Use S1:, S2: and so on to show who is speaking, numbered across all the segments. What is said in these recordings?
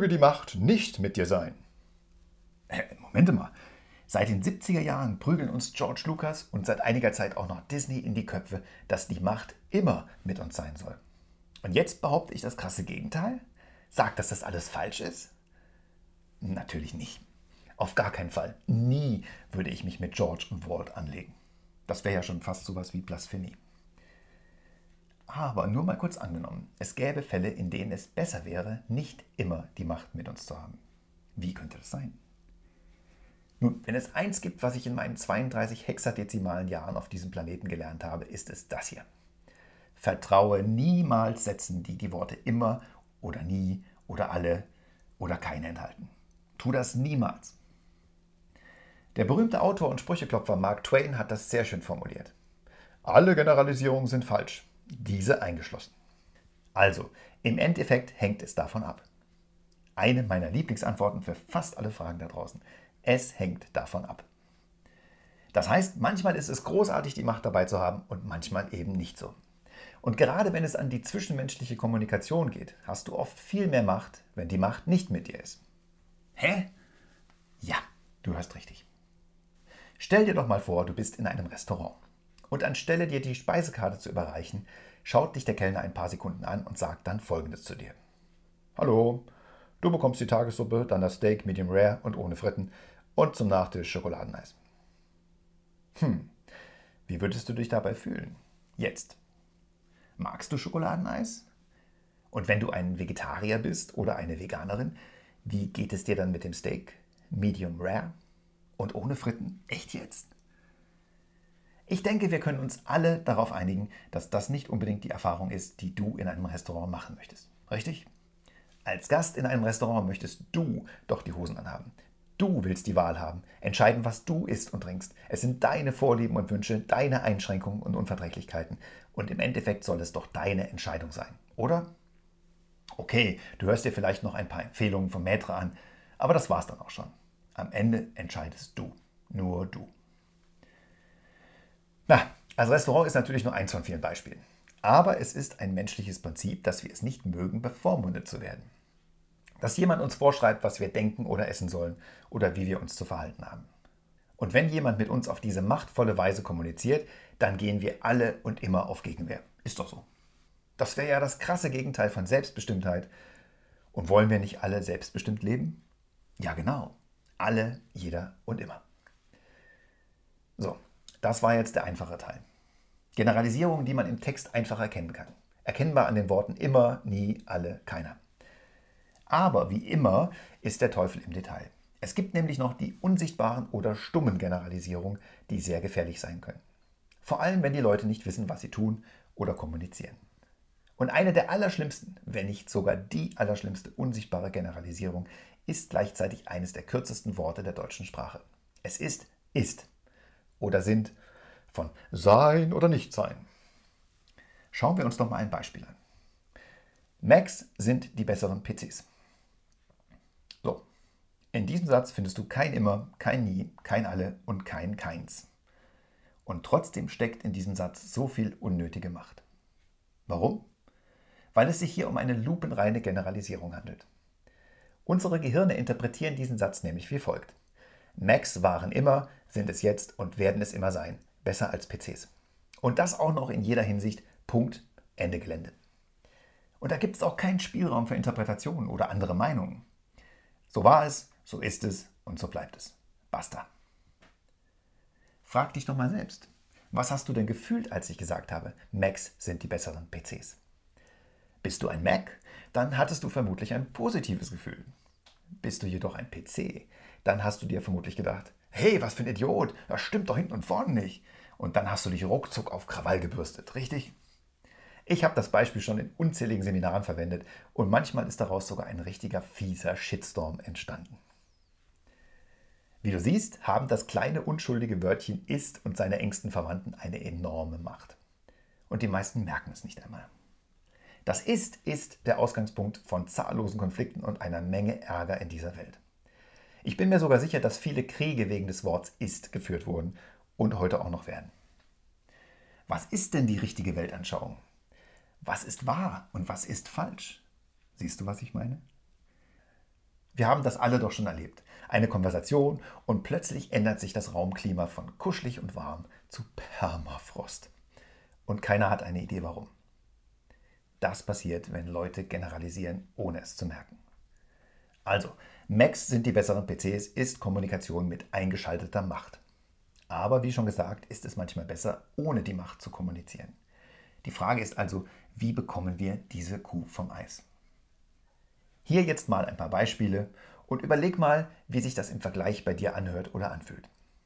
S1: Möge die Macht nicht mit dir sein. Moment mal. Seit den 70er Jahren prügeln uns George Lucas und seit einiger Zeit auch noch Disney in die Köpfe, dass die Macht immer mit uns sein soll. Und jetzt behaupte ich das krasse Gegenteil? Sag, dass das alles falsch ist? Natürlich nicht. Auf gar keinen Fall. Nie würde ich mich mit George und Walt anlegen. Das wäre ja schon fast sowas wie Blasphemie. Aber nur mal kurz angenommen, es gäbe Fälle, in denen es besser wäre, nicht immer die Macht mit uns zu haben. Wie könnte das sein? Nun, wenn es eins gibt, was ich in meinen 32 hexadezimalen Jahren auf diesem Planeten gelernt habe, ist es das hier. Vertraue niemals Sätzen, die die Worte immer oder nie oder alle oder keine enthalten. Tu das niemals. Der berühmte Autor und Sprücheklopfer Mark Twain hat das sehr schön formuliert. Alle Generalisierungen sind falsch, diese eingeschlossen. Also, im Endeffekt hängt es davon ab. Eine meiner Lieblingsantworten für fast alle Fragen da draußen. Es hängt davon ab. Das heißt, manchmal ist es großartig, die Macht dabei zu haben und manchmal eben nicht so. Und gerade wenn es an die zwischenmenschliche Kommunikation geht, hast du oft viel mehr Macht, wenn die Macht nicht mit dir ist. Hä? Ja, du hörst richtig. Stell dir doch mal vor, du bist in einem Restaurant. Und anstelle dir die Speisekarte zu überreichen, schaut dich der Kellner ein paar Sekunden an und sagt dann Folgendes zu dir. Hallo, du bekommst die Tagessuppe, dann das Steak Medium Rare und ohne Fritten und zum Nachtisch Schokoladeneis. Wie würdest du dich dabei fühlen? Jetzt. Magst du Schokoladeneis? Und wenn du ein Vegetarier bist oder eine Veganerin, wie geht es dir dann mit dem Steak? Medium Rare und ohne Fritten? Echt jetzt? Ich denke, wir können uns alle darauf einigen, dass das nicht unbedingt die Erfahrung ist, die du in einem Restaurant machen möchtest. Richtig? Als Gast in einem Restaurant möchtest du doch die Hosen anhaben. Du willst die Wahl haben, entscheiden, was du isst und trinkst. Es sind deine Vorlieben und Wünsche, deine Einschränkungen und Unverträglichkeiten. Und im Endeffekt soll es doch deine Entscheidung sein, oder? Okay, du hörst dir vielleicht noch ein paar Empfehlungen vom Maître an, aber das war's dann auch schon. Am Ende entscheidest du. Nur du. Also Restaurant ist natürlich nur eins von vielen Beispielen. Aber es ist ein menschliches Prinzip, dass wir es nicht mögen, bevormundet zu werden. Dass jemand uns vorschreibt, was wir denken oder essen sollen oder wie wir uns zu verhalten haben. Und wenn jemand mit uns auf diese machtvolle Weise kommuniziert, dann gehen wir alle und immer auf Gegenwehr. Ist doch so. Das wäre ja das krasse Gegenteil von Selbstbestimmtheit. Und wollen wir nicht alle selbstbestimmt leben? Ja, genau. Alle, jeder und immer. So, das war jetzt der einfache Teil. Generalisierungen, die man im Text einfach erkennen kann. Erkennbar an den Worten immer, nie, alle, keiner. Aber wie immer ist der Teufel im Detail. Es gibt nämlich noch die unsichtbaren oder stummen Generalisierungen, die sehr gefährlich sein können. Vor allem, wenn die Leute nicht wissen, was sie tun oder kommunizieren. Und eine der allerschlimmsten, wenn nicht sogar die allerschlimmste unsichtbare Generalisierung ist gleichzeitig eines der kürzesten Worte der deutschen Sprache. Es ist oder sind von sein oder nicht sein. Schauen wir uns doch mal ein Beispiel an. Macs sind die besseren PCs. So, in diesem Satz findest du kein immer, kein nie, kein alle und kein keins. Und trotzdem steckt in diesem Satz so viel unnötige Macht. Warum? Weil es sich hier um eine lupenreine Generalisierung handelt. Unsere Gehirne interpretieren diesen Satz nämlich wie folgt. Macs waren immer, sind es jetzt und werden es immer sein. Besser als PCs. Und das auch noch in jeder Hinsicht. Punkt, Ende Gelände. Und da gibt es auch keinen Spielraum für Interpretationen oder andere Meinungen. So war es, so ist es und so bleibt es. Basta. Frag dich doch mal selbst. Was hast du denn gefühlt, als ich gesagt habe, Macs sind die besseren PCs? Bist du ein Mac? Dann hattest du vermutlich ein positives Gefühl. Bist du jedoch ein PC? Dann hast du dir vermutlich gedacht, hey, was für ein Idiot, das stimmt doch hinten und vorne nicht. Und dann hast du dich ruckzuck auf Krawall gebürstet, richtig? Ich habe das Beispiel schon in unzähligen Seminaren verwendet und manchmal ist daraus sogar ein richtiger fieser Shitstorm entstanden. Wie du siehst, haben das kleine unschuldige Wörtchen ist und seine engsten Verwandten eine enorme Macht. Und die meisten merken es nicht einmal. Das ist der Ausgangspunkt von zahllosen Konflikten und einer Menge Ärger in dieser Welt. Ich bin mir sogar sicher, dass viele Kriege wegen des Wortes ist geführt wurden und heute auch noch werden. Was ist denn die richtige Weltanschauung? Was ist wahr und was ist falsch? Siehst du, was ich meine? Wir haben das alle doch schon erlebt. Eine Konversation und plötzlich ändert sich das Raumklima von kuschelig und warm zu Permafrost. Und keiner hat eine Idee warum. Das passiert, wenn Leute generalisieren, ohne es zu merken. Also, Macs sind die besseren PCs, ist Kommunikation mit eingeschalteter Macht. Aber wie schon gesagt, ist es manchmal besser, ohne die Macht zu kommunizieren. Die Frage ist also, wie bekommen wir diese Kuh vom Eis? Hier jetzt mal ein paar Beispiele und überleg mal, wie sich das im Vergleich bei dir anhört oder anfühlt.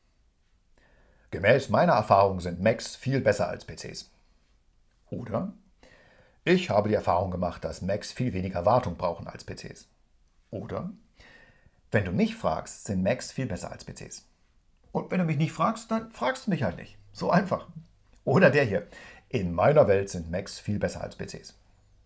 S1: Gemäß meiner Erfahrung sind Macs viel besser als PCs. Oder ich habe die Erfahrung gemacht, dass Macs viel weniger Wartung brauchen als PCs. Oder wenn du mich fragst, sind Macs viel besser als PCs. Und wenn du mich nicht fragst, dann fragst du mich halt nicht. So einfach. Oder der hier. In meiner Welt sind Macs viel besser als PCs.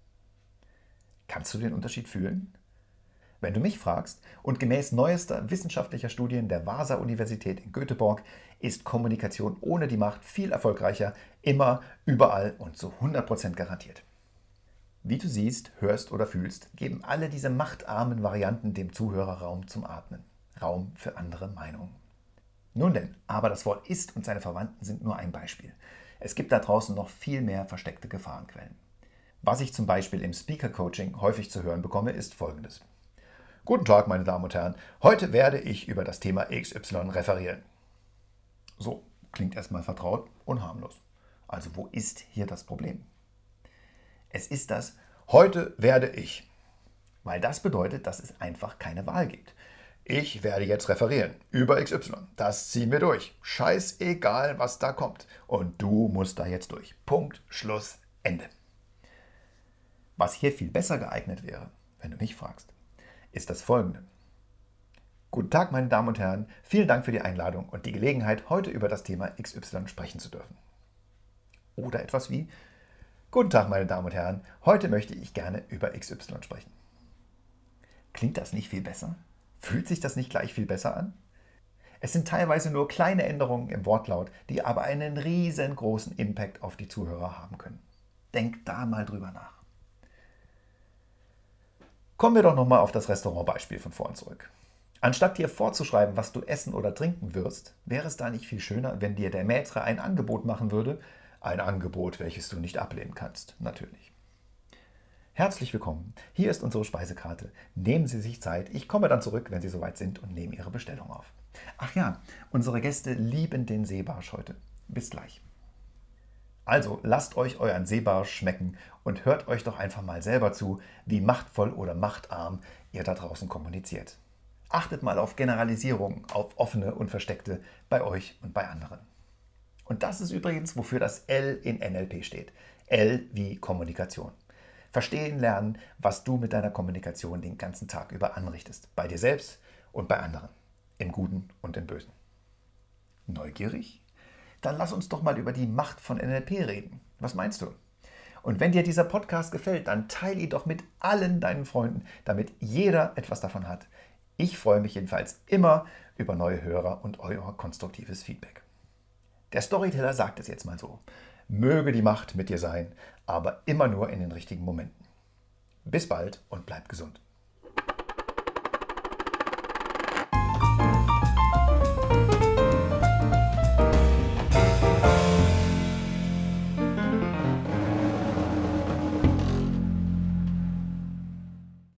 S1: Kannst du den Unterschied fühlen? Wenn du mich fragst, und gemäß neuester wissenschaftlicher Studien der Vasa-Universität in Göteborg ist Kommunikation ohne die Macht viel erfolgreicher, immer, überall und zu 100% garantiert. Wie du siehst, hörst oder fühlst, geben alle diese machtarmen Varianten dem Zuhörer Raum zum Atmen, Raum für andere Meinungen. Nun denn, aber das Wort ist und seine Verwandten sind nur ein Beispiel. Es gibt da draußen noch viel mehr versteckte Gefahrenquellen. Was ich zum Beispiel im Speaker-Coaching häufig zu hören bekomme, ist Folgendes. Guten Tag, meine Damen und Herren. Heute werde ich über das Thema XY referieren. So, klingt erstmal vertraut und harmlos. Also wo ist hier das Problem? Es ist das, heute werde ich. Weil das bedeutet, dass es einfach keine Wahl gibt. Ich werde jetzt referieren über XY. Das ziehen wir durch. Scheißegal, was da kommt. Und du musst da jetzt durch. Punkt, Schluss, Ende. Was hier viel besser geeignet wäre, wenn du mich fragst, ist das Folgende. Guten Tag, meine Damen und Herren. Vielen Dank für die Einladung und die Gelegenheit, heute über das Thema XY sprechen zu dürfen. Oder etwas wie, Guten Tag, meine Damen und Herren. Heute möchte ich gerne über XY sprechen. Klingt das nicht viel besser? Fühlt sich das nicht gleich viel besser an? Es sind teilweise nur kleine Änderungen im Wortlaut, die aber einen riesengroßen Impact auf die Zuhörer haben können. Denk da mal drüber nach. Kommen wir doch nochmal auf das Restaurantbeispiel von vorn zurück. Anstatt dir vorzuschreiben, was du essen oder trinken wirst, wäre es da nicht viel schöner, wenn dir der Maître ein Angebot machen würde? Ein Angebot, welches du nicht ablehnen kannst, natürlich. Herzlich willkommen. Hier ist unsere Speisekarte. Nehmen Sie sich Zeit. Ich komme dann zurück, wenn Sie soweit sind und nehme Ihre Bestellung auf. Ach ja, unsere Gäste lieben den Seebarsch heute. Bis gleich. Also lasst euch euren Seebarsch schmecken und hört euch doch einfach mal selber zu, wie machtvoll oder machtarm ihr da draußen kommuniziert. Achtet mal auf Generalisierungen, auf offene und versteckte bei euch und bei anderen. Und das ist übrigens, wofür das L in NLP steht. L wie Kommunikation. Verstehen lernen, was du mit deiner Kommunikation den ganzen Tag über anrichtest. Bei dir selbst und bei anderen. Im Guten und im Bösen. Neugierig? Dann lass uns doch mal über die Macht von NLP reden. Was meinst du? Und wenn dir dieser Podcast gefällt, dann teile ihn doch mit allen deinen Freunden, damit jeder etwas davon hat. Ich freue mich jedenfalls immer über neue Hörer und euer konstruktives Feedback. Der Storyteller sagt es jetzt mal so. Möge die Macht mit dir sein, aber immer nur in den richtigen Momenten. Bis bald und bleib gesund.